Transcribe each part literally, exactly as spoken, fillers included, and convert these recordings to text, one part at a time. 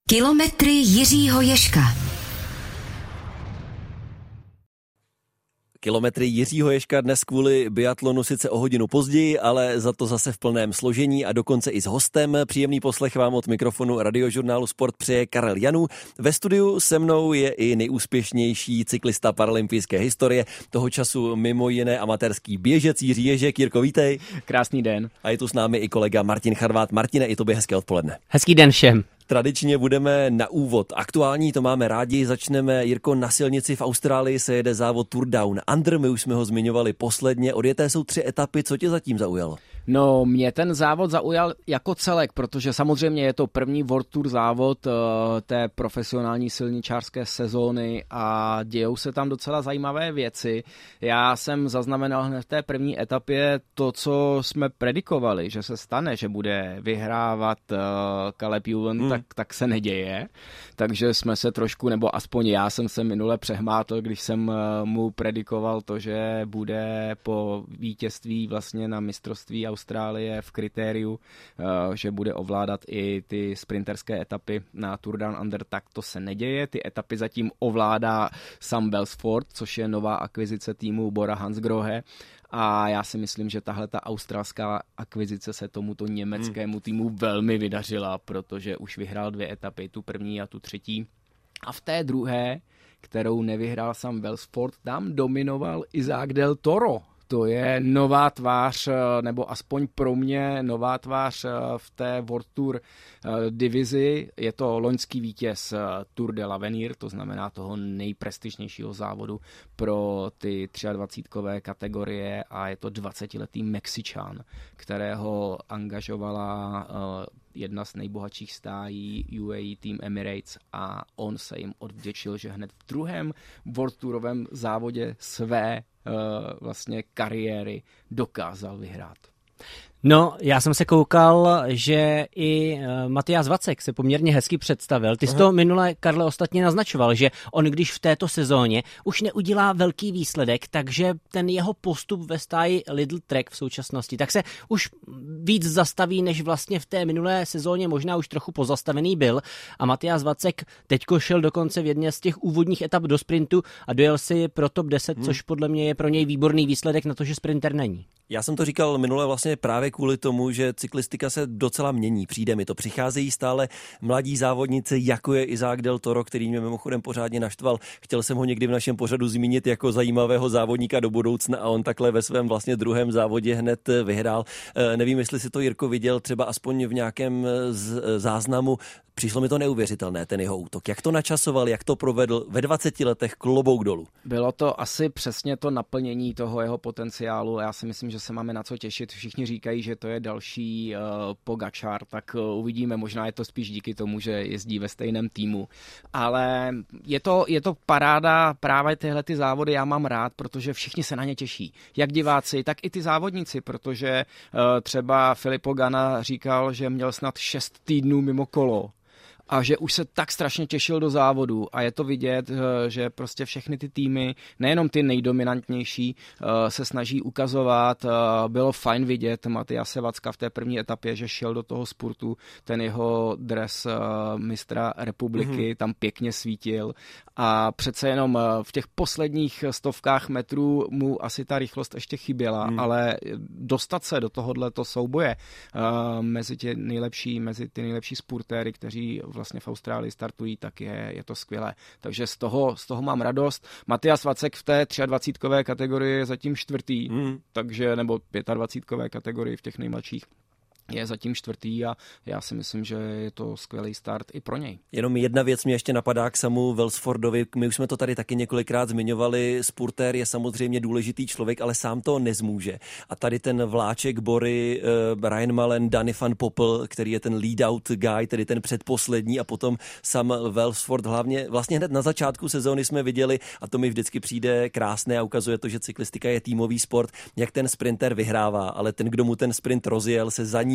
Kilometry Jiřího Ježka. Kilometry Jiřího Ježka dnes kvůli biatlonu sice o hodinu později, ale za to zase v plném složení a dokonce i s hostem. Příjemný poslech vám od mikrofonu radiožurnálu Sport přeje Karel Janů. Ve studiu se mnou je i nejúspěšnější cyklista paralympijské historie, toho času mimo jiné amatérský běžec Jiří Ježek. Jirko, vítej. Krásný den. A je tu s námi i kolega Martin Charvát. Martine, i tobě hezké odpoledne. Hezký den všem. Tradičně budeme na úvod aktuální, to máme rádi. Začneme, Jirko, na silnici v Austrálii se jede závod Tour Down Under, my už jsme ho zmiňovali posledně. Odjeté jsou tři etapy, co tě zatím zaujalo? No, mě ten závod zaujal jako celek, protože samozřejmě je to první World Tour závod uh, té profesionální silničářské sezóny a dějou se tam docela zajímavé věci. Já jsem zaznamenal hned v té první etapě to, co jsme predikovali, že se stane, že bude vyhrávat uh, Caleb Ewan, hmm. tak, tak se neděje. Takže jsme se trošku, nebo aspoň já jsem se minule přehmátl, když jsem uh, mu predikoval to, že bude po vítězství vlastně na mistrovství Austrálie v kritériu, že bude ovládat i ty sprinterské etapy na Tour Down Under, tak to se neděje. Ty etapy zatím ovládá Sam Belsford, což je nová akvizice týmu Bora Hansgrohe. A já si myslím, že tahle ta australská akvizice se tomuto německému týmu velmi vydařila, protože už vyhrál dvě etapy, tu první a tu třetí. A v té druhé, kterou nevyhrál Sam Belsford, tam dominoval Isaac Del Toro. To je nová tvář, nebo aspoň pro mě nová tvář v té World Tour divizi. Je to loňský vítěz Tour de l'Avenir, to znamená toho nejprestižnějšího závodu pro ty dvacetkové kategorie a je to dvacetiletý Mexičan, kterého angažovala jedna z nejbohatších stájí U A E Team Emirates a on se jim odvděčil, že hned v druhém World Tourovém závodě své vlastně kariéry dokázal vyhrát. No, já jsem se koukal, že i Matyáš Vacek se poměrně hezky představil. Ty jsi to minule, Karle, ostatně naznačoval, že on, když v této sezóně už neudělá velký výsledek, takže ten jeho postup ve stáji Lidl Trek v současnosti, tak se už víc zastaví, než vlastně v té minulé sezóně možná už trochu pozastavený byl. A Matyáš Vacek teďko šel dokonce v jedné z těch úvodních etap do sprintu a dojel si pro top deset, hmm. což podle mě je pro něj výborný výsledek na to, že sprinter není. Já jsem to říkal minule vlastně právě kvůli tomu, že cyklistika se docela mění. Přijde mi to. Přicházejí stále mladí závodníci, jako je Isaac Del Toro, který mě mimochodem pořádně naštval. Chtěl jsem ho někdy v našem pořadu zmínit jako zajímavého závodníka do budoucna a on takhle ve svém vlastně druhém závodě hned vyhrál. E, nevím, jestli si to, Jirko, viděl třeba aspoň v nějakém z záznamu. Přišlo mi to neuvěřitelné, ten jeho útok. Jak to načasoval, jak to provedl ve dvaceti letech, klobouk dolů? Bylo to asi přesně to naplnění toho jeho potenciálu. Já si myslím, že se máme na co těšit. Všichni říkají, že to je další uh, Pogačar, tak uh, uvidíme. Možná je to spíš díky tomu, že jezdí ve stejném týmu. Ale je to, je to paráda právě tyhle ty závody. Já mám rád, protože všichni se na ně těší. Jak diváci, tak i ty závodníci, protože uh, třeba Filippo Ganna říkal, že měl snad šest týdnů mimo kolo. A že už se tak strašně těšil do závodu a je to vidět, že prostě všechny ty týmy, nejenom ty nejdominantnější, se snaží ukazovat. Bylo fajn vidět Matyáše Vacka v té první etapě, že šel do toho spurtu, ten jeho dres mistra republiky mm-hmm. tam pěkně svítil a přece jenom v těch posledních stovkách metrů mu asi ta rychlost ještě chyběla, mm. ale dostat se do tohohleto souboje mezi ty nejlepší, mezi ty nejlepší spurtéry, kteří vlastně v Austrálii startují, tak je, je to skvělé. Takže z toho, z toho mám radost. Matyáš Vacek v té dvacetkové kategorii je zatím čtvrtý, mm. takže nebo dvacetkové kategorii v těch nejmladších je zatím čtvrtý a já si myslím, že je to skvělý start i pro něj. Jenom jedna věc mě ještě napadá k Samu Belsfordovi. My už jsme to tady taky několikrát zmiňovali. Spurtér je samozřejmě důležitý člověk, ale sám to nezmůže. A tady ten vláček Bory, uh, Ryan Mullen, Danny van Poppel, který je ten lead-out guy, tedy ten předposlední a potom Sam Belsford. Hlavně vlastně hned na začátku sezóny jsme viděli, a to mi vždycky přijde krásné a ukazuje to, že cyklistika je týmový sport, jak ten sprinter vyhrává, ale ten, kdo mu ten sprint rozjel, se za ní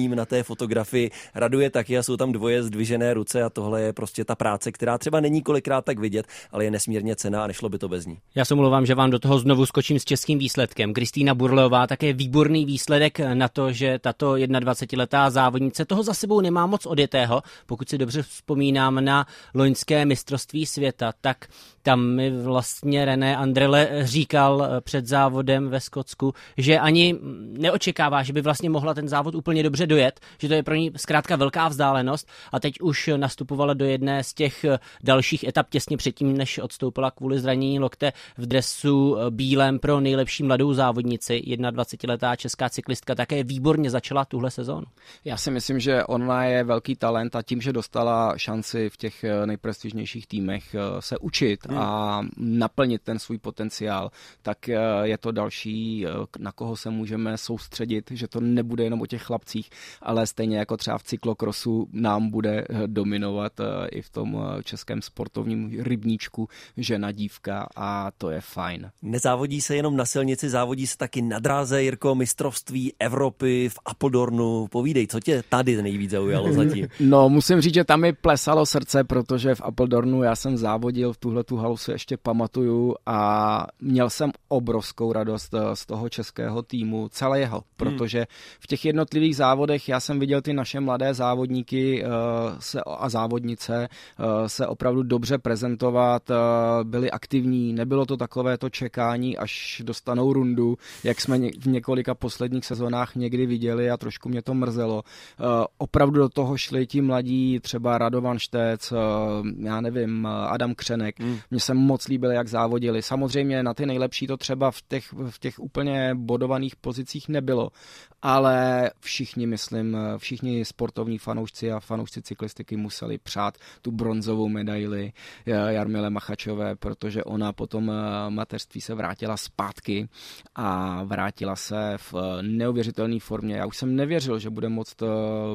nadšením na té fotografii. Raduje taky a jsou tam dvoje zdvižené ruce a tohle je prostě ta práce, která třeba není kolikrát tak vidět, ale je nesmírně cenná a nešlo by to bez ní. Já se omlouvám, že vám do toho znovu skočím s českým výsledkem. Kristýna Burleová, také výborný výsledek na to, že tato dvacetiletá závodnice toho za sebou nemá moc odjetého. Pokud si dobře vzpomínám na loňské mistrovství světa, tak tam mi vlastně René Andrele říkal před závodem ve Skotsku, že ani neočekává, že by vlastně mohla ten závod úplně dobře dojet, že to je pro ní zkrátka velká vzdálenost a teď už nastupovala do jedné z těch dalších etap těsně předtím, než odstoupila kvůli zranění lokte v dresu bílém pro nejlepší mladou závodnici. dvacetiletá česká cyklistka také výborně začala tuhle sezónu. Já si myslím, že ona je velký talent a tím, že dostala šanci v těch nejprestižnějších týmech se učit hmm. a naplnit ten svůj potenciál, tak je to další, na koho se můžeme soustředit, že to nebude jenom o těch chlapcích, ale stejně jako třeba v cyklokrosu nám bude dominovat i v tom českém sportovním rybníčku žena dívka a to je fajn. Nezávodí se jenom na silnici, závodí se taky na dráze, Jirko, mistrovství Evropy v Apeldoornu. Povídej, co tě tady nejvíc zaujalo zatím? No, musím říct, že tam mi plesalo srdce, protože v Apeldoornu já jsem závodil, v tuhletu halu se ještě pamatuju a měl jsem obrovskou radost z toho českého týmu, celého, protože v těch jednotlivých závodech já jsem viděl ty naše mladé závodníky se, a závodnice se opravdu dobře prezentovat, byli aktivní, nebylo to takové to čekání, až dostanou rundu, jak jsme v několika posledních sezónách někdy viděli a trošku mě to mrzelo. Opravdu do toho šli ti mladí, třeba Radovan Štec, já nevím, Adam Křenek. Mm. Mně se moc líbilo, jak závodili. Samozřejmě na ty nejlepší to třeba v těch, v těch úplně bodovaných pozicích nebylo, ale všichni, myslím, všichni sportovní fanoušci a fanoušci cyklistiky museli přát tu bronzovou medaili Jarmile Machačové, protože ona potom mateřství se vrátila zpátky a vrátila se v neuvěřitelné formě. Já už jsem nevěřil, že bude moct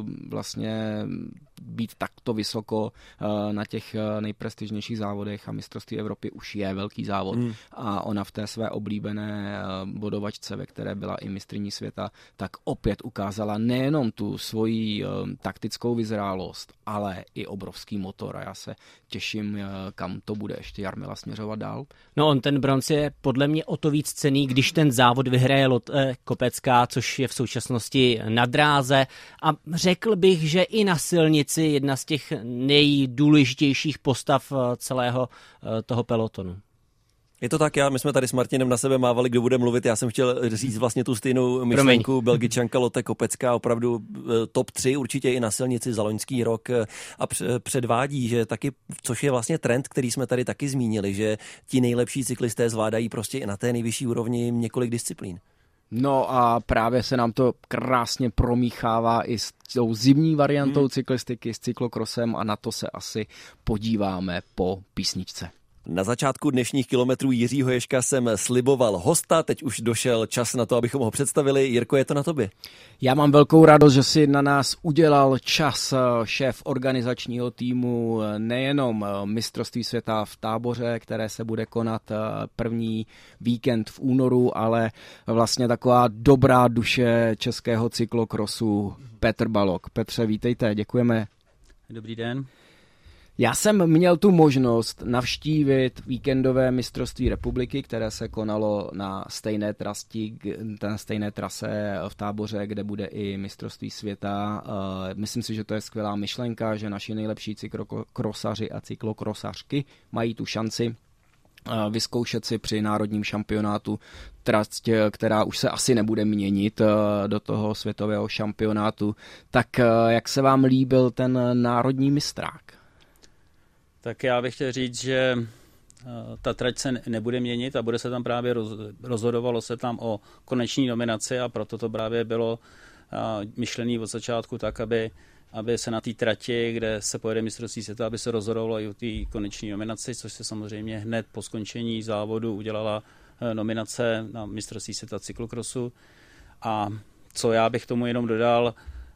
vlastně být takto vysoko na těch nejprestižnějších závodech a mistrovství Evropy už je velký závod. Mm. A ona v té své oblíbené bodovačce, ve které byla i mistryní světa, tak opět ukázala nejenom tu svoji taktickou vyzrálost, ale i obrovský motor a já se těším, kam to bude ještě Jarmila směřovat dál. No on ten bronz je podle mě o to víc cenný, když ten závod vyhraje Lotte Kopecká, což je v současnosti na dráze a řekl bych, že i na silnici jedna z těch nejdůležitějších postav celého toho pelotonu. Je to tak, já, my jsme tady s Martinem na sebe mávali, kdo bude mluvit, já jsem chtěl říct vlastně tu stejnou myšlenku, Belgičanka Lotte Kopecká, opravdu top tři, určitě i na silnici za loňský rok a předvádí, že taky, což je vlastně trend, který jsme tady taky zmínili, že ti nejlepší cyklisté zvládají prostě i na té nejvyšší úrovni několik disciplín. No a právě se nám to krásně promíchává i s tou zimní variantou hmm. cyklistiky, s cyklokrosem a na to se asi podíváme po písničce. Na začátku dnešních kilometrů Jiřího Ježka jsem sliboval hosta, teď už došel čas na to, abychom ho představili. Jirko, je to na tobě? Já mám velkou radost, že si na nás udělal čas šéf organizačního týmu nejenom mistrovství světa v Táboře, které se bude konat první víkend v únoru, ale vlastně taková dobrá duše českého cyklokrosu Petr Balog. Petře, vítejte, děkujeme. Dobrý den. Já jsem měl tu možnost navštívit víkendové mistrovství republiky, které se konalo na stejné, trasti, na stejné trase v Táboře, kde bude i mistrovství světa. Myslím si, že to je skvělá myšlenka, že naši nejlepší cyklokrosaři a cyklokrosařky mají tu šanci vyzkoušet si při národním šampionátu trať, která už se asi nebude měnit do toho světového šampionátu. Tak jak se vám líbil ten národní mistrák? Tak já bych chtěl říct, že ta trať se nebude měnit a bude se tam právě rozhodovalo se tam o koneční nominaci a proto to právě bylo myšlené od začátku tak, aby, aby se na té trati, kde se pojede mistrovství světa, aby se rozhodovalo i o té koneční nominaci, což se samozřejmě hned po skončení závodu udělala nominace na mistrovství světa cyklokrosu. A co já bych tomu jenom dodal,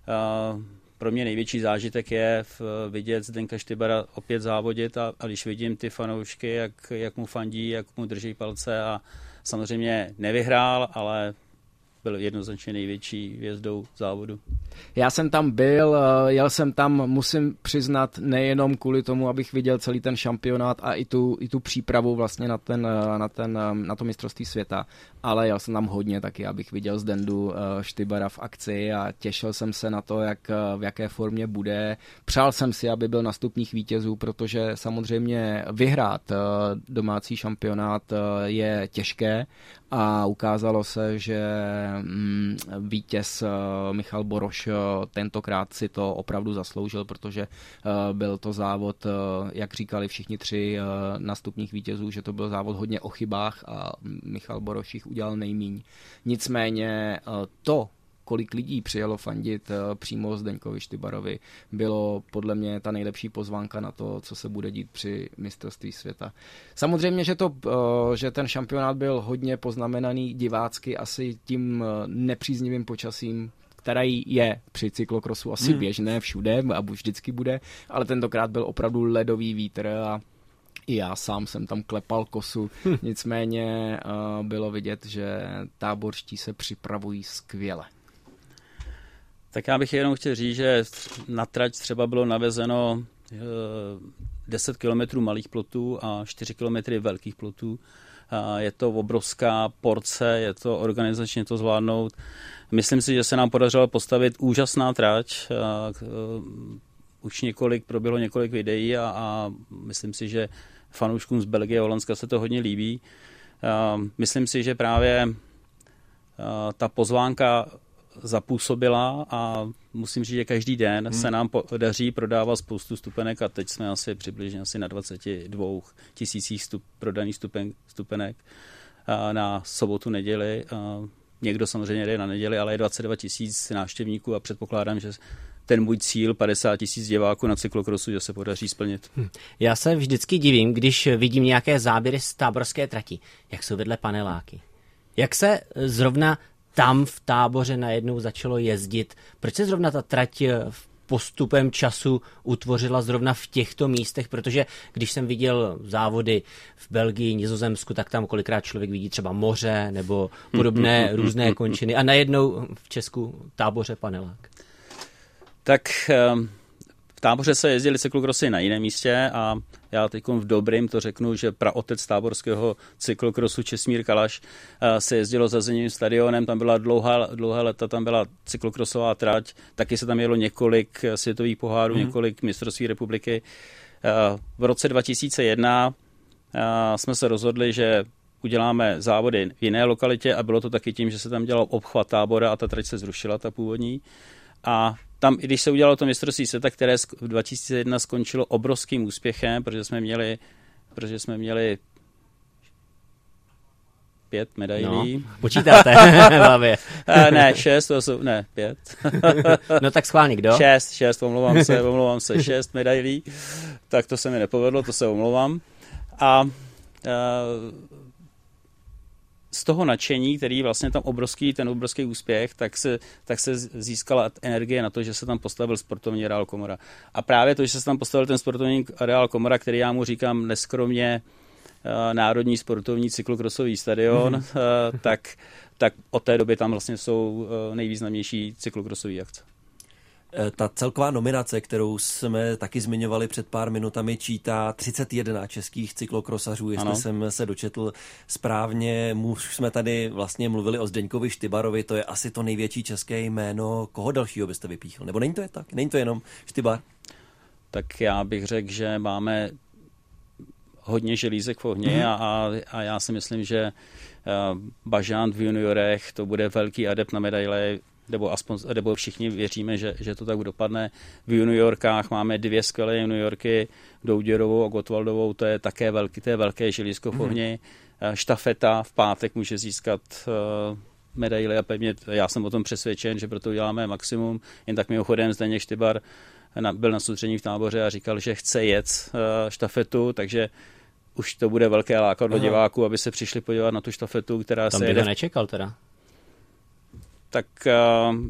pro mě největší zážitek je vidět Zdenka Štybara opět závodit a, a když vidím ty fanoušky, jak, jak mu fandí, jak mu drží palce a samozřejmě nevyhrál, ale byl jednoznačně největší hvězdou závodu. Já jsem tam byl, jel jsem tam, musím přiznat, nejenom kvůli tomu, abych viděl celý ten šampionát a i tu, i tu přípravu vlastně na, ten, na, ten, na to mistrovství světa, ale jel jsem tam hodně taky, abych viděl Zdendu Štybara v akci a těšil jsem se na to, jak, v jaké formě bude. Přál jsem si, aby byl na stupních vítězů, protože samozřejmě vyhrát domácí šampionát je těžké a ukázalo se, že vítěz Michal Boroš tentokrát si to opravdu zasloužil, protože byl to závod, jak říkali všichni tři nástupních vítězů, že to byl závod hodně o chybách a Michal Boroš jich udělal nejmíň. Nicméně to, kolik lidí přijelo fandit přímo Zdeňkovi Štybarovi, bylo podle mě ta nejlepší pozvánka na to, co se bude dít při mistrovství světa. Samozřejmě, že, to, že ten šampionát byl hodně poznamenaný divácky asi tím nepříznivým počasím, který je při cyklokrosu asi hmm. běžné všude a vždycky bude, ale tentokrát byl opravdu ledový vítr a i já sám jsem tam klepal kosu, hm. nicméně uh, bylo vidět, že táborští se připravují skvěle. Tak já bych jenom chtěl říct, že na trať třeba bylo navezeno uh, deset kilometrů malých plotů a čtyři kilometry velkých plotů. Uh, je to obrovská porce, je to organizačně to zvládnout. Myslím si, že se nám podařilo postavit úžasná trať. Uh, uh, už několik, proběhlo několik videí a, a myslím si, že fanouškům z Belgie a Holandska se to hodně líbí. Uh, myslím si, že právě uh, ta pozvánka zapůsobila a musím říct, že každý den hmm. se nám podaří prodávat spoustu stupenek a teď jsme asi přibližně asi na dvacet dva tisících stup, prodaných stupen, stupenek uh, na sobotu, neděli. Uh, někdo samozřejmě jde na neděli, ale je dvacet dva tisíc návštěvníků a předpokládám, že ten můj cíl padesát tisíc diváků na cyklokrosu, že se podaří splnit. Já se vždycky divím, když vidím nějaké záběry z táborské trati, jak jsou vedle paneláky. Jak se zrovna tam v Táboře najednou začalo jezdit? Proč se zrovna ta trať postupem času utvořila zrovna v těchto místech? Protože když jsem viděl závody v Belgii, Nizozemsku, tak tam kolikrát člověk vidí třeba moře nebo podobné různé končiny a najednou v Česku Táboře panelák. Tak v Táboře se jezdili cyklokrosy na jiném místě a já teď v dobrým to řeknu, že praotec táborského cyklokrosu Česmír Kalaš se jezdilo za Zimním stadionem, tam byla dlouhá, dlouhá leta, tam byla cyklokrosová trať, taky se tam jelo několik světových pohárů, mm. několik mistrovství republiky. V roce dva tisíce jedna jsme se rozhodli, že uděláme závody v jiné lokalitě a bylo to taky tím, že se tam dělal obchvat Tábora a ta trať se zrušila, ta původní. A tam, i když se udělalo to mistrovství světa, které v dva tisíce jedna skončilo obrovským úspěchem, protože jsme měli, protože jsme měli pět medailí. No, počítáte v hlavě. Ne, šest, to jsou, ne, pět. No tak schválně, kdo? Šest, šest, omlouvám se, omlouvám se, šest medailí. Tak to se mi nepovedlo, to se omlouvám. A, a z toho nadšení, který vlastně tam obrovský, ten obrovský úspěch, tak se, tak se získala energie na to, že se tam postavil sportovní areál Komora. A právě to, že se tam postavil ten sportovní areál Komora, který já mu říkám neskromně uh, národní sportovní cyklokrosový stadion, mm. uh, tak, tak od té doby tam vlastně jsou uh, nejvýznamnější cyklokrosové akce. Ta celková nominace, kterou jsme taky zmiňovali před pár minutami, čítá třicet jedna českých cyklokrosařů, jestli ano. jsem se dočetl správně. Už jsme tady vlastně mluvili o Zdeňkovi Štybarovi, to je asi to největší české jméno. Koho dalšího byste vypíchl? Nebo není to je tak? Není to jenom Štybar? Tak já bych řekl, že máme hodně želízek v ohni mm-hmm. a, a já si myslím, že Bažant v juniorech to bude velký adept na medaile, nebo aspoň, nebo všichni věříme, že, že to tak dopadne. V juniorkách máme dvě skvělé juniorky, Douděrovou a Gottwaldovou, to je také velký, to je velké želízko v ohni. Mm. Štafeta v pátek může získat uh, medaily a pevně, já jsem o tom přesvědčen, že proto uděláme maximum. Jen tak mimochodem Zdeněk Štybar na, byl na soustředění v Táboře a říkal, že chce jet uh, štafetu, takže už to bude velké lákadlo diváků, aby se přišli podívat na tu štafetu, která Tam se by jede. to nečekal teda. Tak uh,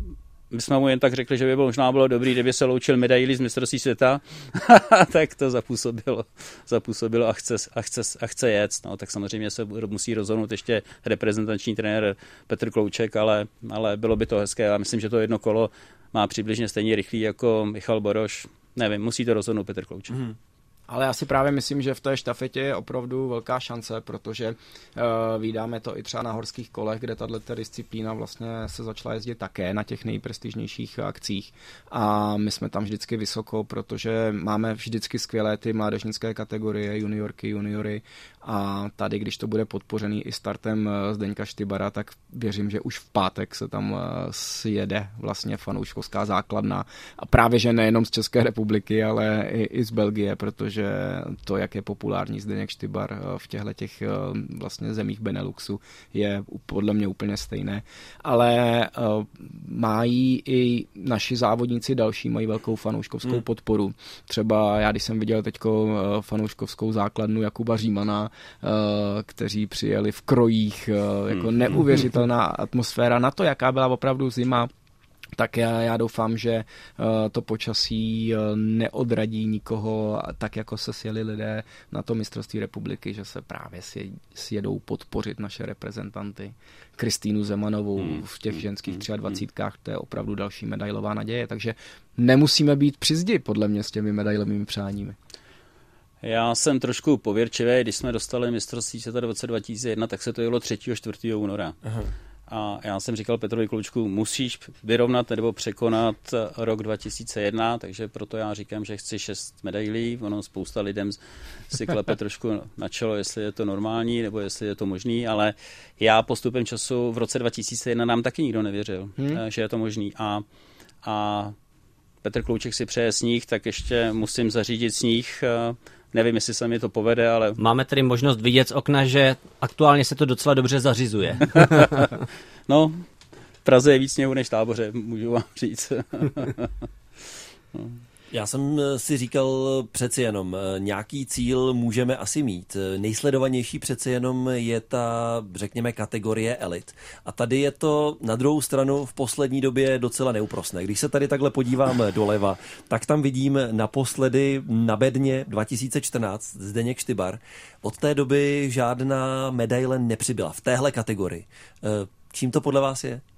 my jsme mu jen tak řekli, že by bylo, možná bylo dobrý, kdyby se loučil medailí z mistrovství světa, tak to zapůsobilo, zapůsobilo a chce, a chce, a chce jet. No, tak samozřejmě se musí rozhodnout ještě reprezentační trenér Petr Klouček, ale, ale bylo by to hezké. Já myslím, že to jedno kolo má přibližně stejně rychlý jako Michal Boroš. Nevím, musí to rozhodnout Petr Klouček. Mm. Ale já si právě myslím, že v té štafetě je opravdu velká šance, protože uh, vídáme to i třeba na horských kolech, kde tato disciplína vlastně se začala jezdit také na těch nejprestižnějších akcích a my jsme tam vždycky vysoko, protože máme vždycky skvělé ty mládežnické kategorie, juniorky, juniory a tady, když to bude podpořený i startem Zdeňka Štybara, tak věřím, že už v pátek se tam sjede vlastně fanouškovská základna a právě, že nejenom z České republiky, ale i, i z Belgie, protože to, jak je populární Zdeněk Štybar v těchto těch vlastně zemích Beneluxu, je podle mě úplně stejné. Ale uh, mají i naši závodníci další, mají velkou fanouškovskou hmm. podporu. Třeba já, když jsem viděl teďko uh, fanouškovskou základnu Jakuba Římana, uh, kteří přijeli v krojích, uh, jako hmm. neuvěřitelná atmosféra na to, jaká byla opravdu zima, tak já, já doufám, že uh, to počasí uh, neodradí nikoho, tak jako se sjeli lidé na to mistrovství republiky, že se právě sjedou podpořit naše reprezentanty. Kristýnu Zemanovou hmm. v těch ženských dvacítkách, to je opravdu další medailová naděje, takže nemusíme být při zdi, podle mě, s těmi medailovými přáními. Já jsem trošku pověrčivý, když jsme dostali mistrovství světa v roce dva tisíce jedna, tak se to jelo třetího čtvrtého února. Aha. A já jsem říkal Petrovi Kloučku, musíš vyrovnat nebo překonat rok dva tisíce jedna, takže proto já říkám, že chci šest medailí. Ono spousta lidem si klepe trošku na čelo, jestli je to normální nebo jestli je to možný, ale já postupem času v roce dva tisíce jedna nám taky nikdo nevěřil, hmm. že je to možný. A, a Petr Klouček si přeje sníh, tak ještě musím zařídit sníh. Nevím, jestli se mi to povede, ale... Máme tedy možnost vidět z okna, že aktuálně se to docela dobře zařizuje. No, v Praze je víc sněhu než v Táboře, můžu vám říct. No. Já jsem si říkal přeci jenom, nějaký cíl můžeme asi mít. Nejsledovanější přeci jenom je ta, řekněme, kategorie elit. A tady je to na druhou stranu v poslední době docela neúprosné. Když se tady takhle podívám doleva, tak tam vidím naposledy na bedně dva tisíce čtrnáct Zdeněk Štybar. Od té doby žádná medaile nepřibyla v téhle kategorii. Čím to podle vás je?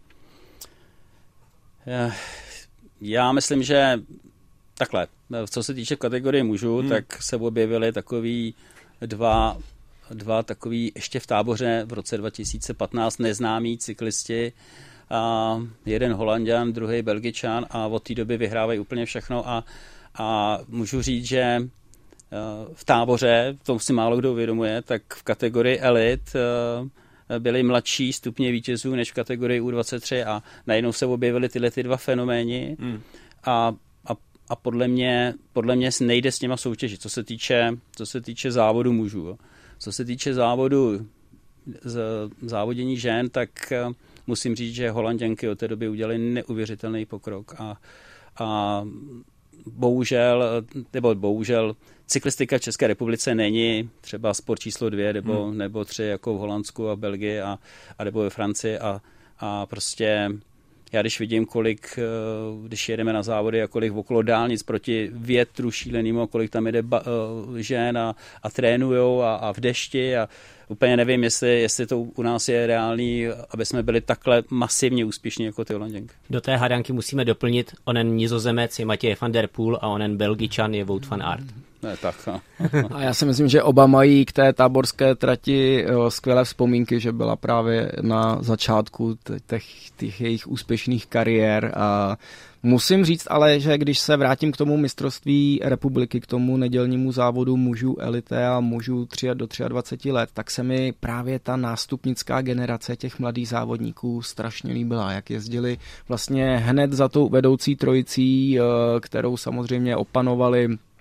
Já myslím, že takhle, co se týče kategorie mužů, hmm. tak se objevily takový dva, dva takový ještě v Táboře v roce dva tisíce patnáct neznámí cyklisti. A jeden Holanďan, druhý Belgičan a od té doby vyhrávají úplně všechno a, a můžu říct, že v Táboře, to si málo kdo uvědomuje, tak v kategorii elit byli mladší stupně vítězů než v kategorii U dvacet tři a najednou se objevily tyhle ty dva fenomény hmm. a A podle mě, podle mě nejde s něma soutěžit, co se týče, co se týče závodu mužů. Co se týče závodu z, závodění žen, tak musím říct, že Holanděnky od té doby udělali neuvěřitelný pokrok. A, a bohužel, nebo bohužel, cyklistika v České republice není třeba sport číslo dvě nebo, hmm. nebo tři jako v Holandsku a Belgii a, a nebo ve Francii a, a prostě... Já když vidím, kolik, když jedeme na závody a kolik okolo dálnic proti větru šílenýmu a kolik tam jede ba, žen a, a trénujou a, a v dešti a úplně nevím, jestli, jestli to u nás je reálný, aby jsme byli takhle masivně úspěšní jako ty Holanděnky. Do té hádanky musíme doplnit, onen Nizozemec je Matěj van der Poel a onen Belgičan je Wout van Aert. Ne, tak. No. A já si myslím, že oba mají k té táborské trati skvělé vzpomínky, že byla právě na začátku těch, těch jejich úspěšných kariér a musím říct ale, že když se vrátím k tomu mistrovství republiky, k tomu nedělnímu závodu mužů elite a mužů do dvacet tři let, tak se mi právě ta nástupnická generace těch mladých závodníků strašně líbila, jak jezdili vlastně hned za tou vedoucí trojicí, kterou samozřejmě opanovali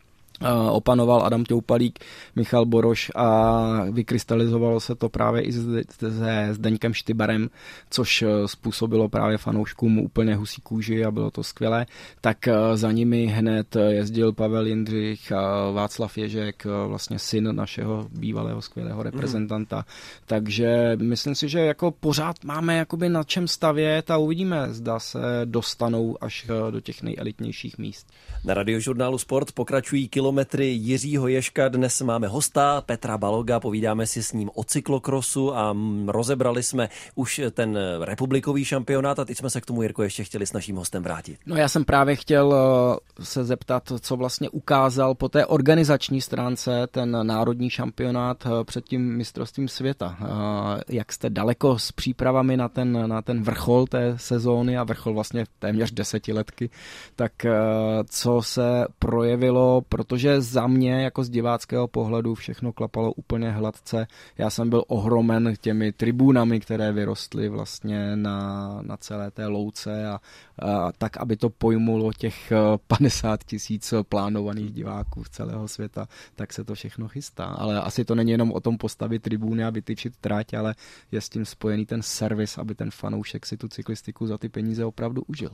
opanoval Adam Toupalík, Michal Boroš a vykrystalizovalo se to právě i se Zdeňkem Štybarem, což způsobilo právě fanouškům úplně husí kůži a bylo to skvělé. Tak za nimi hned jezdil Pavel Jindřich a Václav Ježek, vlastně syn našeho bývalého skvělého reprezentanta. Mm. Takže myslím si, že jako pořád máme jakoby na čem stavět a uvidíme, zda se dostanou až do těch nejelitnějších míst. Na Radiožurnálu Sport pokračují kilometry Jiřího Ježka. Dnes máme hosta Petra Baloga, povídáme si s ním o cyklokrosu a rozebrali jsme už ten republikový šampionát a teď jsme se k tomu, Jirko, ještě chtěli s naším hostem vrátit. No já jsem právě chtěl se zeptat, co vlastně ukázal po té organizační stránce ten národní šampionát před tím mistrovstvím světa. Jak jste daleko s přípravami na ten, na ten vrchol té sezóny a vrchol vlastně téměř desetiletky, tak co se projevilo, protože za mě jako z diváckého pohledu všechno klapalo úplně hladce. Já jsem byl ohromen těmi tribunami, které vyrostly vlastně na, na celé té louce a, a tak, aby to pojmulo těch padesát tisíc plánovaných diváků z celého světa, tak se to všechno chystá. Ale asi to není jenom o tom postavit tribuny a vytyčit trať, ale je s tím spojený ten servis, aby ten fanoušek si tu cyklistiku za ty peníze opravdu užil.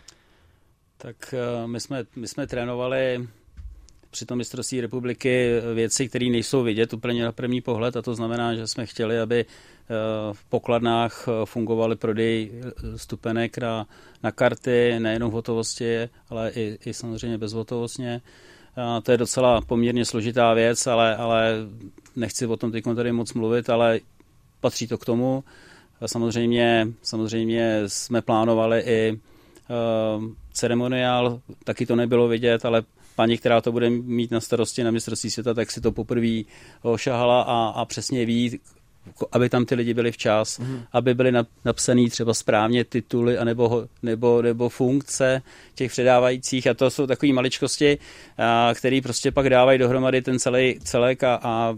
Tak my jsme, my jsme trénovali při tom mistrovství republiky věci, které nejsou vidět úplně na první pohled, a to znamená, že jsme chtěli, aby v pokladnách fungovaly prodej stupenek na, na karty, nejenom v hotovosti, ale i, i samozřejmě bezhotovostně. A to je docela poměrně složitá věc, ale, ale nechci o tom teď tady moc mluvit, ale patří to k tomu. Samozřejmě, samozřejmě jsme plánovali i uh, ceremoniál, taky to nebylo vidět, ale paní, která to bude mít na starosti na mistrovství světa, tak si to poprvé ošahala a, a přesně ví, aby tam ty lidi byli včas, mm. aby byly napsané třeba správně tituly anebo, nebo, nebo funkce těch předávajících, a to jsou takové maličkosti, které prostě pak dávají dohromady ten celý celek a, a,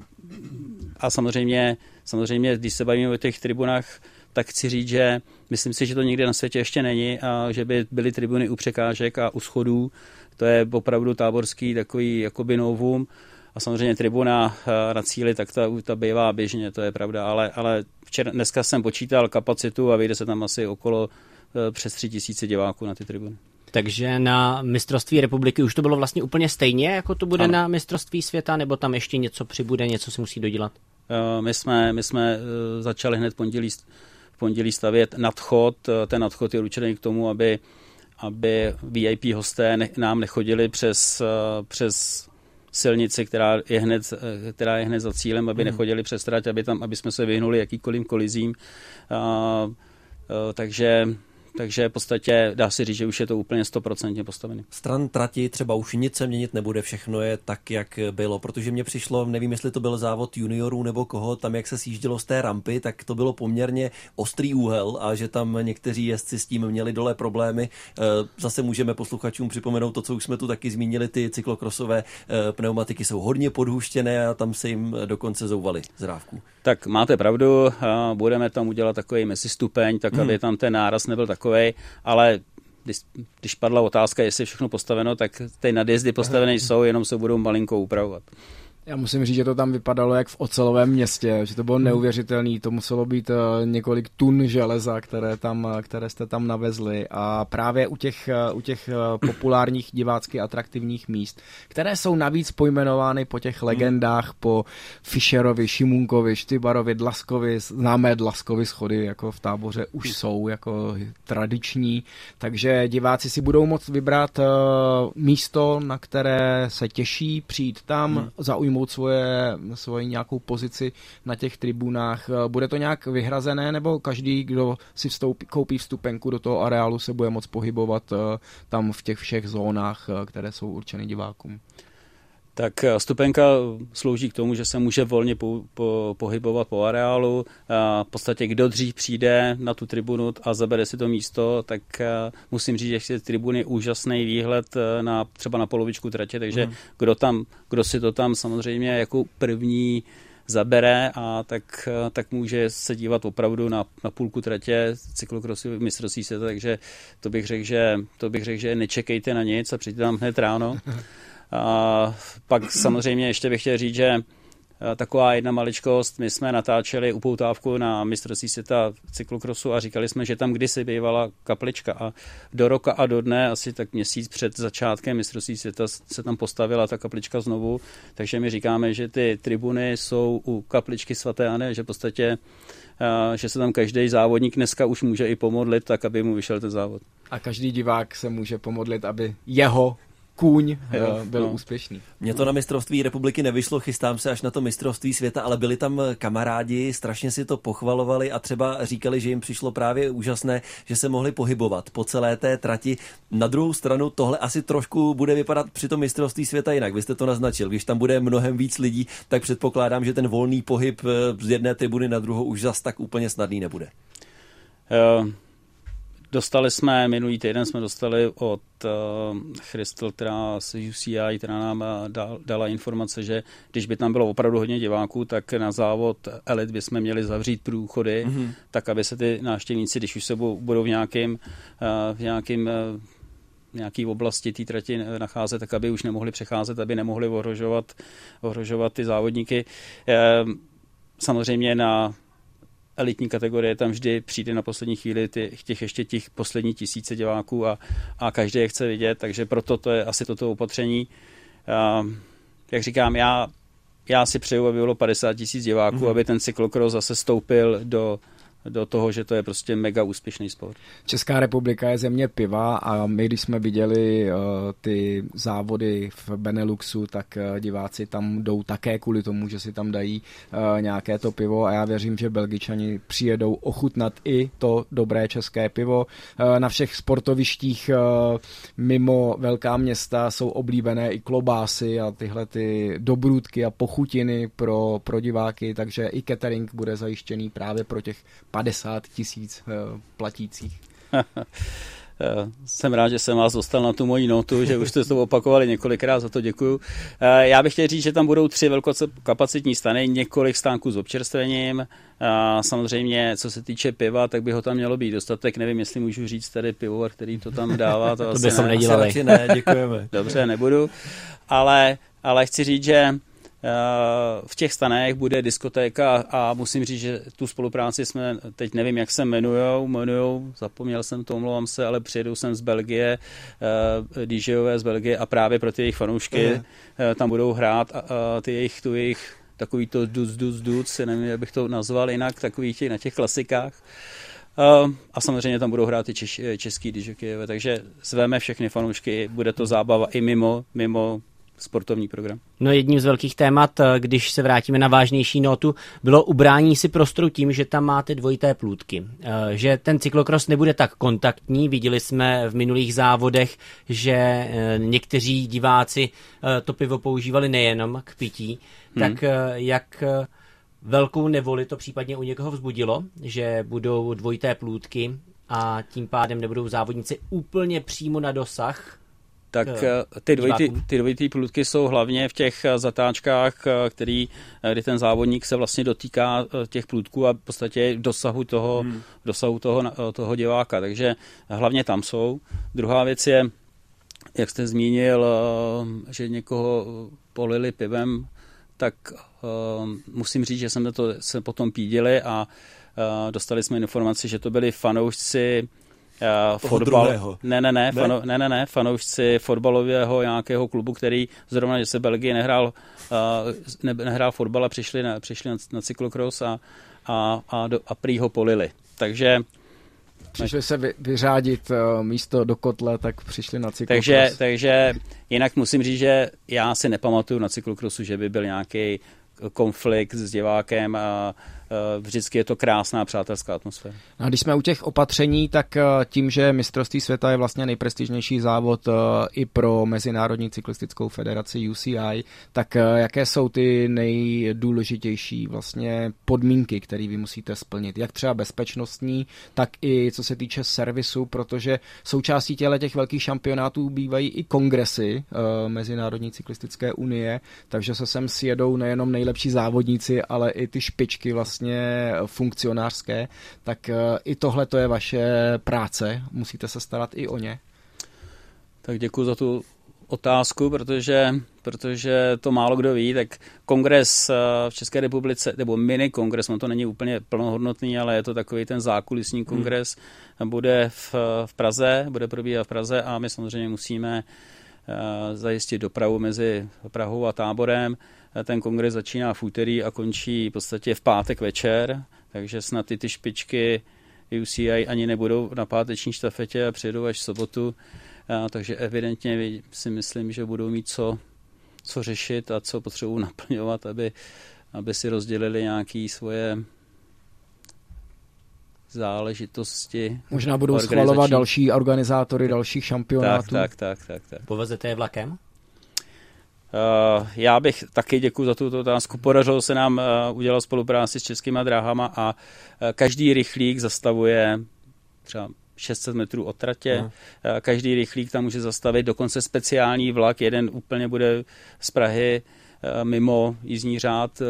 a samozřejmě, samozřejmě, když se bavíme o těch tribunách, tak chci říct, že myslím si, že to nikde na světě ještě není a že by byly tribuny u překážek a u schodů. To je opravdu táborský takový jakoby novum. A samozřejmě tribuna na cíli, tak ta, ta bývá běžně, to je pravda. Ale, ale včera, dneska jsem počítal kapacitu a vyjde se tam asi okolo přes tři tisíce diváků na ty tribuny. Takže na mistrovství republiky už to bylo vlastně úplně stejně, jako to bude ano. na mistrovství světa, nebo tam ještě něco přibude, něco se musí dodělat? My jsme, my jsme začali hned pondělí, v pondělí stavět nadchod. Ten nadchod je určený k tomu, aby, aby V I P hosté ne, nám nechodili přes, přes silnici, která je hned, která je hned za cílem, aby hmm. nechodili přes trať, aby, tam, aby jsme se vyhnuli jakýkoliv kolizím. A, a, takže Takže v podstatě dá se říct, že už je to úplně stoprocentně postavený. Stran trati třeba už nic se měnit nebude, všechno je tak, jak bylo, protože mně přišlo, nevím, jestli to byl závod juniorů nebo koho, tam jak se sjíždělo z té rampy, tak to bylo poměrně ostrý úhel a že tam někteří jezdci s tím měli dole problémy. Zase můžeme posluchačům připomenout to, co už jsme tu taky zmínili, ty cyklokrosové pneumatiky jsou hodně podhuštěné a tam se jim dokonce zouvaly zrávku. Tak máte pravdu, budeme tam udělat takový mezistupeň, tak aby tam ten náraz nebyl takovej, ale když, když padla otázka, jestli je všechno postaveno, tak ty nadjezdy postavené jsou, jenom se budou malinko upravovat. Já musím říct, že to tam vypadalo jak v ocelovém městě, že to bylo neuvěřitelné, to muselo být několik tun železa, které, tam, které jste tam navezli, a právě u těch, u těch populárních divácky atraktivních míst, které jsou navíc pojmenovány po těch legendách, po Fischerovi, Šimunkovi, Štybarovi, Dlaskovi, známé Dlaskovy schody jako v Táboře už jsou jako tradiční, takže diváci si budou moct vybrat místo, na které se těší, přijít tam, hmm. zaujmout svoje, svoji nějakou pozici na těch tribunách. Bude to nějak vyhrazené, nebo každý, kdo si vstoupí, koupí vstupenku do toho areálu, se bude moct pohybovat tam v těch všech zónách, které jsou určeny divákům? Tak vstupenka slouží k tomu, že se může volně po, po, pohybovat po areálu. V podstatě kdo dřív přijde na tu tribunu a zabere si to místo, tak musím říct, že tribuny je úžasný výhled na, třeba na polovičku tratě, takže mm. kdo, tam, kdo si to tam samozřejmě jako první zabere, a tak, tak může se dívat opravdu na, na půlku tratě cyklokrosu mistrovství světa, takže to bych řekl, že, to bych řekl, že nečekejte na nic a přijďte tam hned ráno. A pak samozřejmě ještě bych chtěl říct, že taková jedna maličkost, my jsme natáčeli upoutávku na mistrovství světa cyklokrosu a říkali jsme, že tam kdysi bývala kaplička a do roka a do dne, asi tak měsíc před začátkem mistrovství světa se tam postavila ta kaplička znovu, takže my říkáme, že ty tribuny jsou u kapličky svaté Anny, že v podstatě že se tam každý závodník dneska už může i pomodlit, tak aby mu vyšel ten závod. A každý divák se může pomodlit, aby jeho kůň jo, byl no. úspěšný. Mně to na mistrovství republiky nevyšlo, chystám se až na to mistrovství světa, ale byli tam kamarádi, strašně si to pochvalovali a třeba říkali, že jim přišlo právě úžasné, že se mohli pohybovat po celé té trati. Na druhou stranu tohle asi trošku bude vypadat při tom mistrovství světa jinak. Vy jste to naznačil, když tam bude mnohem víc lidí, tak předpokládám, že ten volný pohyb z jedné tribuny na druhou už zas tak úplně snadný nebude. Uh... Dostali jsme, minulý týden jsme dostali od uh, Crystal, která z U C I, která nám dal, dala informace, že když by tam bylo opravdu hodně diváků, tak na závod Elite bychom měli zavřít průchody, mm-hmm. tak aby se ty návštěvníci, když už se budou v nějakým, uh, v nějakým uh, nějaký oblasti té trati nacházet, tak aby už nemohli přecházet, aby nemohli ohrožovat, ohrožovat ty závodníky. Uh, samozřejmě na elitní kategorie tam vždy přijde na poslední chvíli ty, těch ještě těch posledních tisíce diváků a, a každý je chce vidět, takže proto to je asi toto opatření. A, jak říkám, já, já si přeju, aby bylo padesát tisíc diváků, mm-hmm. aby ten cyklokros zase stoupil do do toho, že to je prostě mega úspěšný sport. Česká republika je země piva a my, když jsme viděli uh, ty závody v Beneluxu, tak uh, diváci tam jdou také kvůli tomu, že si tam dají uh, nějaké to pivo a já věřím, že Belgičani přijedou ochutnat i to dobré české pivo. Uh, na všech sportovištích uh, mimo velká města jsou oblíbené i klobásy a tyhle ty dobrůdky a pochutiny pro, pro diváky, takže i catering bude zajištěný právě pro těch padesát tisíc uh, platících. Jsem rád, že jsem vás dostal na tu moji notu, že už jste to opakovali několikrát, za to děkuju. Já bych chtěl říct, že tam budou tři velkokapacitní stany, několik stánků s občerstvením. Samozřejmě, co se týče piva, tak by ho tam mělo být dostatek. Nevím, jestli můžu říct tady pivovar, který to tam dává. To, to by jsem nedělali. Asi ne, děkujeme. Dobře, nebudu. Ale, ale chci říct, že v těch stanech bude diskotéka a musím říct, že tu spolupráci jsme, teď nevím, jak se jmenujou, jmenujou, zapomněl jsem to, omlouvám se, ale přijedou jsem z Belgie, DJové z Belgie a právě pro ty jejich fanoušky uh-huh. tam budou hrát a, a ty jejich, tu jejich takový to duc, duc, duc, nevím, jak bych to nazval jinak, takových těch, na těch klasikách. A samozřejmě tam budou hrát i češ, český DJové, takže zveme všechny fanoušky, bude to zábava i mimo, mimo sportovní program. No jedním z velkých témat, když se vrátíme na vážnější notu, bylo ubrání si prostoru tím, že tam máte dvojité plůtky. Že ten cyklokros nebude tak kontaktní. Viděli jsme v minulých závodech, že někteří diváci to pivo používali nejenom k pití. Hmm. Tak jak velkou nevoli to případně u někoho vzbudilo, že budou dvojité plůtky a tím pádem nebudou závodníci úplně přímo na dosah? Tak ty dvojitý, ty dvojitý plůtky jsou hlavně v těch zatáčkách, který, kdy ten závodník se vlastně dotýká těch plůtků a v podstatě dosahu toho, hmm. dosahu toho, toho diváka. Takže hlavně tam jsou. Druhá věc je, jak jste zmínil, že někoho polili pivem, tak musím říct, že jsme to se potom pídili a dostali jsme informaci, že to byli fanoušci Uh, fotbal, ne, ne, ne, fano, ne, ne, ne, fanoušci fotbalového nějakého klubu, který zrovna, že se Belgii nehrál, uh, ne, nehrál fotbal a přišli na, přišli na, na cyklokros a, a, a, do, a prý ho polili. Takže přišli se vy, vyřádit uh, místo do kotle, tak přišli na cyklokros. Takže, takže jinak musím říct, že já si nepamatuju na cyklokrosu, že by byl nějaký konflikt s divákem a vždycky je to krásná přátelská atmosféra. A když jsme u těch opatření, tak tím, že mistrovství světa je vlastně nejprestižnější závod i pro Mezinárodní cyklistickou federaci U C I, tak jaké jsou ty nejdůležitější vlastně podmínky, které vy musíte splnit? Jak třeba bezpečnostní, tak i co se týče servisu, protože součástí těchto těch velkých šampionátů bývají i kongresy Mezinárodní cyklistické unie, takže se sem sjedou nejenom nejlepší závodníci, ale i ty špičky vlastně funkcionářské, tak i tohle to je vaše práce, musíte se starat i o ně. Tak děkuji za tu otázku, protože, protože to málo kdo ví, tak kongres v České republice, nebo mini kongres, on to není úplně plnohodnotný, ale je to takový ten zákulisní kongres, hmm. bude v, v Praze, bude probíhat v Praze a my samozřejmě musíme zajistit dopravu mezi Prahou a Táborem. Ten kongres začíná v úterý a končí v podstatě v pátek večer, takže snad i ty špičky U C I ani nebudou na páteční štafetě a přijedou až v sobotu. A, takže evidentně si myslím, že budou mít co, co řešit a co potřebují naplňovat, aby, aby si rozdělili nějaké svoje záležitosti. Možná budou schvalovat další organizátory dalších šampionátů. Tak, tak, tak. tak, tak. Povezete je vlakem? Uh, já bych taky děkuji za tuto otázku. Podařilo se nám uh, udělat spolupráci s Českýma dráhama a uh, každý rychlík zastavuje třeba šest set metrů od tratě. Uh, každý rychlík tam může zastavit, dokonce speciální vlak, jeden úplně bude z Prahy uh, mimo jízdní řád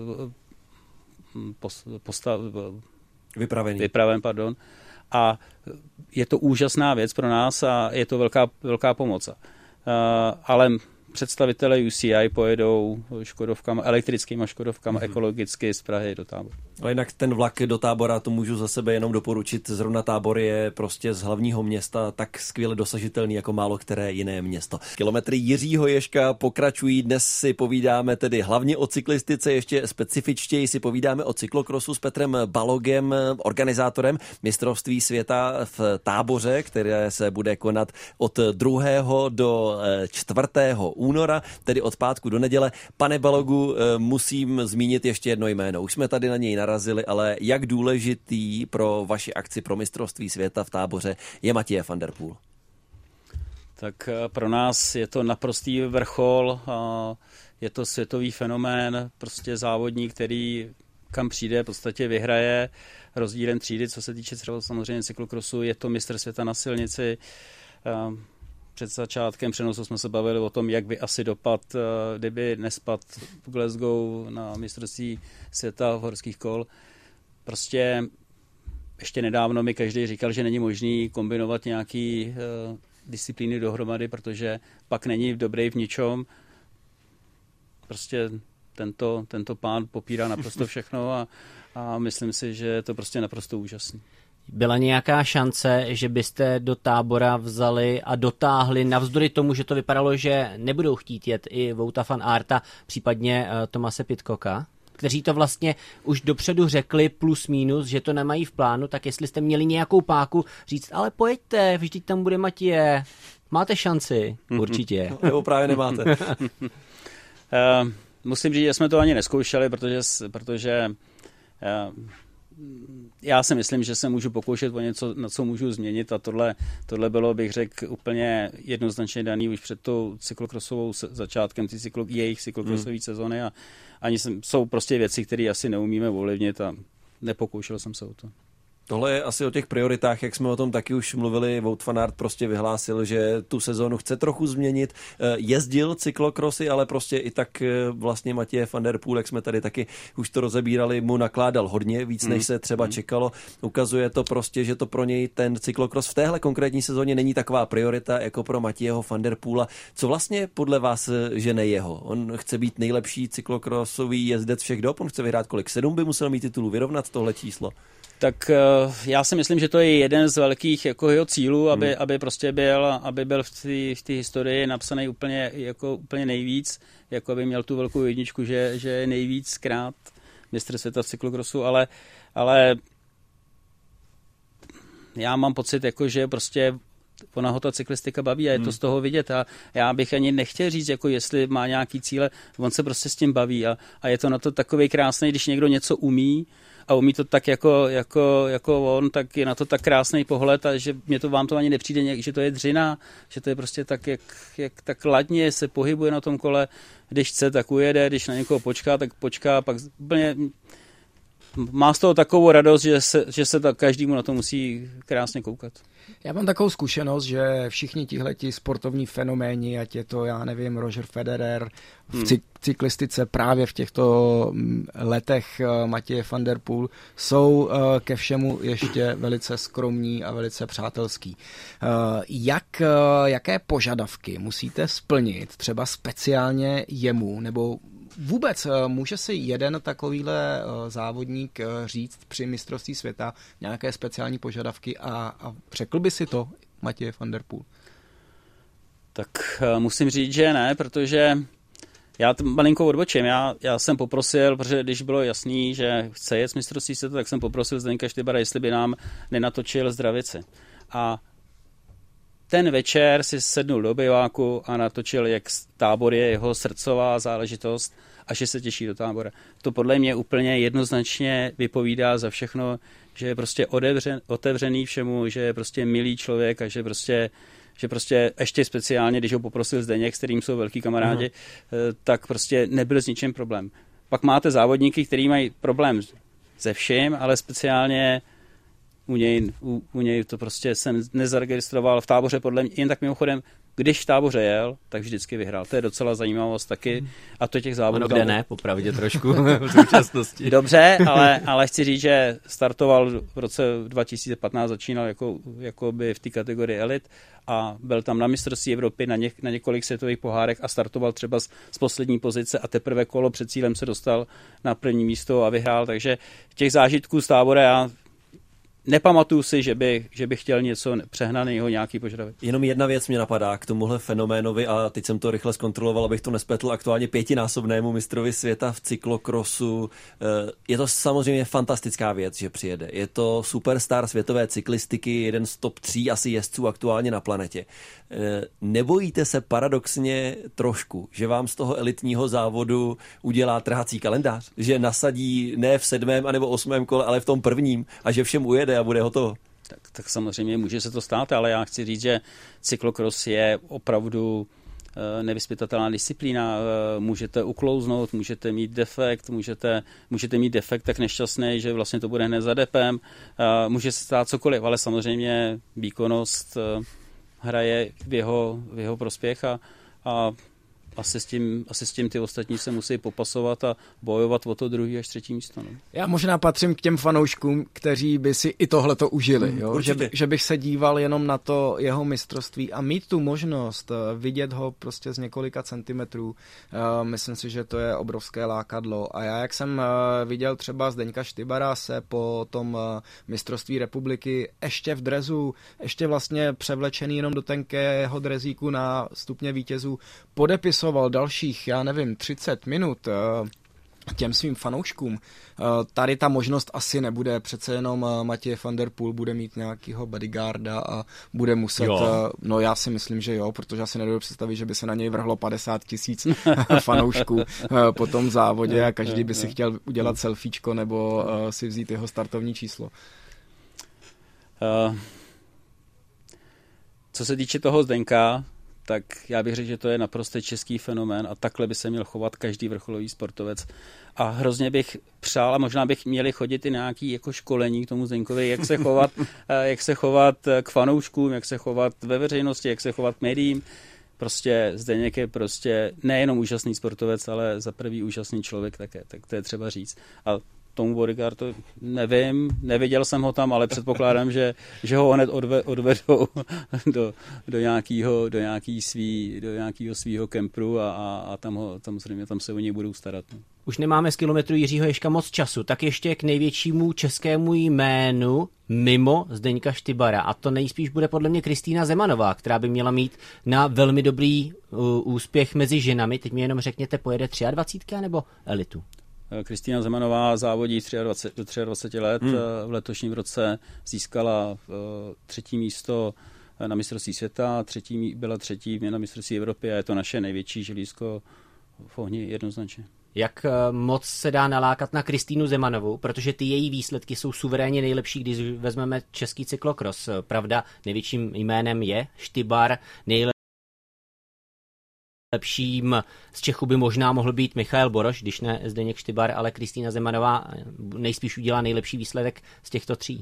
uh, post, postav, vypravený. vypraven. Pardon. A je to úžasná věc pro nás a je to velká, velká pomoc. Uh, ale představitelé U C I pojedou škodovkama, elektrickými škodovkama, mm-hmm. ekologicky z Prahy do Tábora. Ale jinak ten vlak do Tábora, to můžu za sebe jenom doporučit. Zrovna Tábor je prostě z hlavního města tak skvěle dosažitelný jako málo které jiné město. Kilometry Jiřího Ježka pokračují. Dnes si povídáme tedy hlavně o cyklistice, ještě specifičtěji si povídáme o cyklokrosu s Petrem Balogem, organizátorem mistrovství světa v Táboře, které se bude konat od druhého do čtvrtého února, tedy od pátku do neděle. Pane Balogu, musím zmínit ještě jedno jméno. Už jsme tady na něj narazili, ale jak důležitý pro vaši akci pro mistrovství světa v Táboře je Mathieu van der Poel? Tak pro nás je to naprostý vrchol, je to světový fenomén, prostě závodník, který kam přijde, v podstatě vyhraje rozdílem třídy, co se týče třeba samozřejmě cyklokrosu, je to mistr světa na silnici. Před začátkem přenosu jsme se bavili o tom, jak by asi dopad, kdyby nespad v Glasgow na mistrovství světa v horských kol. Prostě ještě nedávno mi každý říkal, že není možný kombinovat nějaký uh, disciplíny dohromady, protože pak není dobrý v ničom. Prostě tento, tento pán popírá naprosto všechno a, a myslím si, že je to prostě naprosto úžasný. Byla nějaká šance, že byste do Tábora vzali a dotáhli, navzdory tomu, že to vypadalo, že nebudou chtít jet i Wouta van Aerta, případně uh, Thomase Pidcocka, kteří to vlastně už dopředu řekli plus minus, že to nemají v plánu, tak jestli jste měli nějakou páku říct, ale pojďte, vždyť tam bude Mathieu, máte šanci, určitě. Nebo právě nemáte. uh, musím říct, že jsme to ani neskoušeli, protože, protože uh, já si myslím, že se můžu pokoušet o něco, na co můžu změnit a tohle, tohle bylo, bych řekl, úplně jednoznačně daný už před tou cyklokrosovou začátkem ty cyklo, jejich cyklokrosové hmm. sezony a ani jsem, jsou prostě věci, které asi neumíme ovlivnit a nepokoušel jsem se o to. Tohle je asi o těch prioritách, jak jsme o tom taky už mluvili. Wout van Aert prostě vyhlásil, že tu sezonu chce trochu změnit. Jezdil cyklokrosy, ale prostě i tak vlastně Mathieu van der Poel, jak jsme tady taky už to rozebírali, mu nakládal hodně víc, než se třeba čekalo. Ukazuje to prostě, že to pro něj ten cyklokros v téhle konkrétní sezóně není taková priorita jako pro Mathieuho van der Poela. Co vlastně podle vás žene jeho? On chce být nejlepší cyklokrosový jezdec všech dob, on chce vyhrát kolik? Sedm by musel mít titulu, vyrovnat tohle číslo? Tak já si myslím, že to je jeden z velkých jako jeho cílů, aby, hmm. aby prostě byl, aby byl v té historii napsaný úplně, jako, úplně nejvíc, jako aby měl tu velkou jedničku, že, že je nejvíckrát mistr světa v cyklokrosu, ale, ale já mám pocit, jako, že prostě ona ho ta cyklistika baví a je to hmm. z toho vidět a já bych ani nechtěl říct, jako jestli má nějaký cíle, on se prostě s tím baví a, a je to na to takový krásný, když někdo něco umí a umí to tak jako, jako, jako on, tak je na to tak krásný pohled a že mě to vám to ani nepřijde, nějak, že to je dřina, že to je prostě tak, jak, jak tak ladně se pohybuje na tom kole, když chce, tak ujede, když na někoho počká, tak počká, pak úplně má z toho takovou radost, že se, že se tak každému na to musí krásně koukat. Já mám takovou zkušenost, že všichni tihleti sportovní fenoméni, ať je to, já nevím, Roger Federer, v hmm. cyklistice právě v těchto letech Matěje van der Poel, jsou ke všemu ještě velice skromní a velice přátelský. Jak, jaké požadavky musíte splnit třeba speciálně jemu, nebo vůbec může si jeden takovýhle závodník říct při mistrovství světa nějaké speciální požadavky a, a řekl by si to Matěj van der Poel? Tak musím říct, že ne, protože já to malinko odbočím. Já, já jsem poprosil, protože když bylo jasný, že chce jet mistrovství světa, tak jsem poprosil Zdeňka Štybara, jestli by nám nenatočil zdravici. A ten večer si sednul do biváku a natočil, jak tábor je jeho srdcová záležitost a že se těší do tábora. To podle mě úplně jednoznačně vypovídá za všechno, že je prostě otevřen, otevřený všemu, že je prostě milý člověk a že prostě, že prostě ještě speciálně, když ho poprosil Zdeněk, s kterým jsou velký kamarádi, uh-huh. tak prostě nebyl s ničím problém. Pak máte závodníky, kteří mají problém se vším, ale speciálně U něj, u, u něj to prostě jsem nezaregistroval v táboře podle mě, jen tak mimochodem, když v táboře jel, tak vždycky vyhrál. To je docela zajímavost taky. A to těch závodů... Ano, kde ne, popravdě trošku v současnosti. Dobře, ale, ale chci říct, že startoval v roce dva tisíce patnáct, začínal jako, jako by v té kategorii elit a byl tam na mistrovství Evropy na, ně, na několik světových pohárech a startoval třeba z, z poslední pozice a teprve kolo před cílem se dostal na první místo a vyhrál. Takže těch zážitků z tábora já nepamatuju si, že by, že by chtěl něco přehnaného, nějaký požadavek. Jenom jedna věc mě napadá k tomuhle fenoménovi a teď jsem to rychle zkontroloval, abych to nespletl, aktuálně pětinásobnému mistrovi světa v cyklokrosu. Je to samozřejmě fantastická věc, že přijede. Je to superstar světové cyklistiky, jeden z top tří asi jezdců aktuálně na planetě. Nebojíte se paradoxně trošku, že vám z toho elitního závodu udělá trhací kalendář? Že nasadí ne v sedmém anebo osmém kole, ale v tom prvním a že všem ujede a bude hotovo? Tak, tak samozřejmě může se to stát, ale já chci říct, že cyklokros je opravdu nevyzpytatelná disciplína. Můžete uklouznout, můžete mít defekt, můžete, můžete mít defekt tak nešťastný, že vlastně to bude hned za depem. Může se stát cokoliv, ale samozřejmě výkonnost hraje v jeho, v jeho prospěch a, a asi, s tím, asi s tím ty ostatní se musí popasovat a bojovat o to druhý až třetí místo. No. Já možná patřím k těm fanouškům, kteří by si i tohleto užili. Mm, jo? Že, by, že bych se díval jenom na to jeho mistrovství a mít tu možnost vidět ho prostě z několika centimetrů. Uh, myslím si, že to je obrovské lákadlo. A já, jak jsem uh, viděl třeba Zdeňka Štybara se po tom uh, mistrovství republiky ještě v drezu, ještě vlastně převlečený jenom do tenkého drezíku na stupně vítězů, podepisoval dalších, já nevím, třicet minut těm svým fanouškům. Tady ta možnost asi nebude, přece jenom Matěj van der Poel bude mít nějakýho bodyguarda a bude muset, jo. no já si myslím, že jo, protože já si nedovedu představit, že by se na něj vrhlo padesát tisíc fanoušků po tom závodě a každý by si chtěl udělat selfiečko nebo si vzít jeho startovní číslo. Uh, co se týče toho Zdenka, tak já bych řekl, že to je naprosto český fenomén a takhle by se měl chovat každý vrcholový sportovec. A hrozně bych přál a možná bych měli chodit i nějaký jako školení k tomu Zdenkovi, jak se chovat, jak se chovat k fanouškům, jak se chovat ve veřejnosti, jak se chovat k médiím. Prostě Zdeněk je prostě nejenom úžasný sportovec, ale za prvý úžasný člověk také, tak to je třeba říct. A tomu bodyguardu nevím, neviděl jsem ho tam, ale předpokládám, že, že ho hned odve, odvedou do, do nějakého do nějaký svý, do nějakého svýho kempru a, a, a tam, ho, tam, samozřejmě, tam se o něj budou starat. Už nemáme z kilometru Jiřího Ježka moc času, tak ještě k největšímu českému jménu mimo Zdeňka Štybara. A to nejspíš bude podle mě Kristýna Zemanová, která by měla mít na velmi dobrý uh, úspěch mezi ženami. Teď mi jenom řekněte, pojede dvacet tři nebo elitu? Kristýna Zemanová závodí dvacet tři, do dvaceti let. Hmm. V letošním roce získala třetí místo na mistrovství světa, třetí, byla třetí na mistrovství Evropy a je to naše největší želízko v ohni jednoznačně. Jak moc se dá nalákat na Kristýnu Zemanovou, protože ty její výsledky jsou suverénně nejlepší, když vezmeme český cyklokros. Pravda, největším jménem je Štybar, nejlepší Lepším z Čechů by možná mohl být Michael Boroš, když ne Zdeněk Štybar, ale Kristýna Zemanová nejspíš udělá nejlepší výsledek z těchto tří.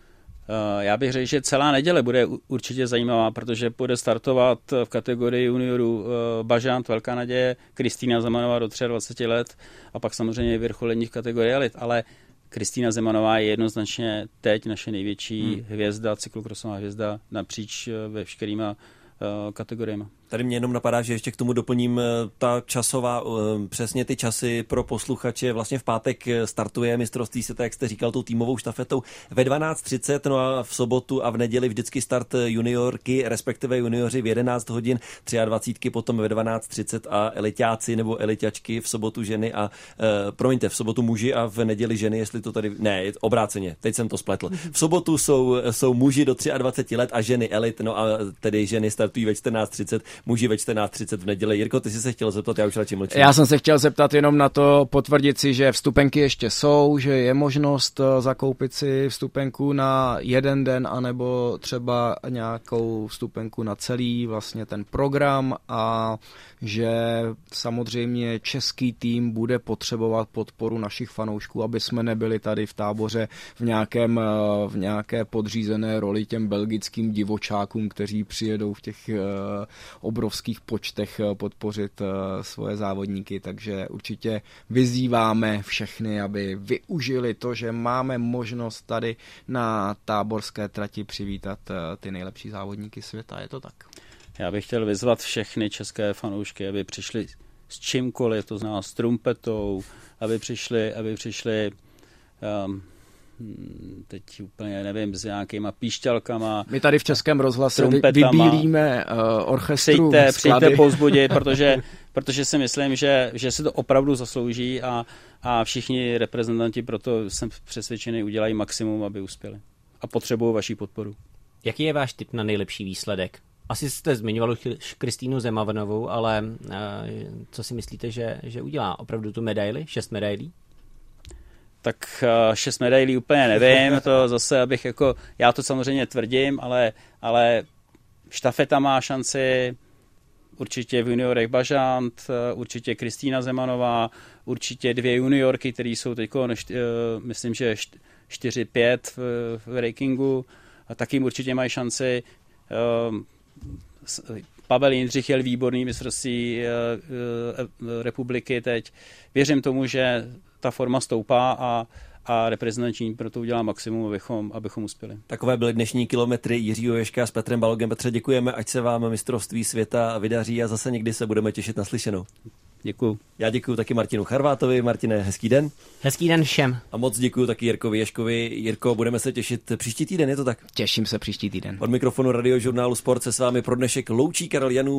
Já bych řekl, že celá neděle bude určitě zajímavá, protože bude startovat v kategorii juniorů Bažant, velká naděje, Kristýna Zemanová do dvacet tři let a pak samozřejmě vrcholení v kategorii elit, ale Kristýna Zemanová je jednoznačně teď naše největší hmm. hvězda, cyklokrosová hvězda napříč ve vškerýma kategoriemi. Tady mě jenom napadá, že ještě k tomu doplním ta časová, přesně ty časy pro posluchače. Vlastně v pátek startuje mistrovství světa, jak jste říkal, tou týmovou štafetou ve dvanáct třicet, no a v sobotu a v neděli vždycky start juniorky, respektive junioři v jedenáct hodin, dvacet tři potom ve dvanáct třicet a eliťáci nebo eliťačky v sobotu ženy a, uh, promiňte, v sobotu muži a v neděli ženy, jestli to tady, ne, obráceně, teď jsem to spletl. V sobotu jsou, jsou muži do dvacet tři let a ženy elit, no a tedy ženy startují ve čtrnáct třicet, muži ve čtrnáct třicet v neděli. Jirko, ty jsi se chtěl zeptat, já už radši mlčím. Já jsem se chtěl zeptat jenom na to, potvrdit si, že vstupenky ještě jsou, že je možnost zakoupit si vstupenku na jeden den, anebo třeba nějakou vstupenku na celý vlastně ten program a že samozřejmě český tým bude potřebovat podporu našich fanoušků, aby jsme nebyli tady v Táboře v, nějakém, v nějaké podřízené roli těm belgickým divočákům, kteří přijedou v těch obrovských počtech podpořit svoje závodníky, takže určitě vyzýváme všechny, aby využili to, že máme možnost tady na táborské trati přivítat ty nejlepší závodníky světa, je to tak? Já bych chtěl vyzvat všechny české fanoušky, aby přišli s čímkoliv, to znamená s trumpetou, aby přišli, aby přišli um, teď úplně nevím, s nějakýma píšťalkama. My tady v Českém rozhlase vybílíme uh, orchestru Přijďte, sklady. přijďte povzbudit, protože, protože si myslím, že, že si to opravdu zaslouží a, a všichni reprezentanti proto jsem přesvědčený udělají maximum, aby uspěli. A potřebují vaši podporu. Jaký je váš tip na nejlepší výsledek? Asi jste zmiňoval Kristýnu Zemanovou, ale uh, co si myslíte, že, že udělá? Opravdu tu medaili? Šest medailí? Tak uh, šest medailí úplně nevím, to zase abych jako, já to samozřejmě tvrdím, ale, ale štafeta má šanci, určitě v juniorech Bažant, uh, určitě Kristýna Zemanová, určitě dvě juniorky, které jsou teď, uh, myslím, že čtyři pět v, v rankingu, a tak jim určitě mají šanci. Uh, Pavel Jindřich jel výborný mistrovství republiky teď. Věřím tomu, že ta forma stoupá a, a reprezentační proto udělá maximum, abychom, abychom uspěli. Takové byly dnešní kilometry Jiřího Ježka s Petrem Balogem. Petře, děkujeme, ať se vám mistrovství světa vydaří a zase někdy se budeme těšit na slyšenou. Děkuju. Já děkuju taky Martinu Charvátovi. Martine, hezký den. Hezký den všem. A moc děkuju taky Jirkovi Ježkovi. Jirko, budeme se těšit příští týden, je to tak? Těším se příští týden. Od mikrofonu Radiožurnálu Sport se s vámi pro dnešek loučí Karel Janů.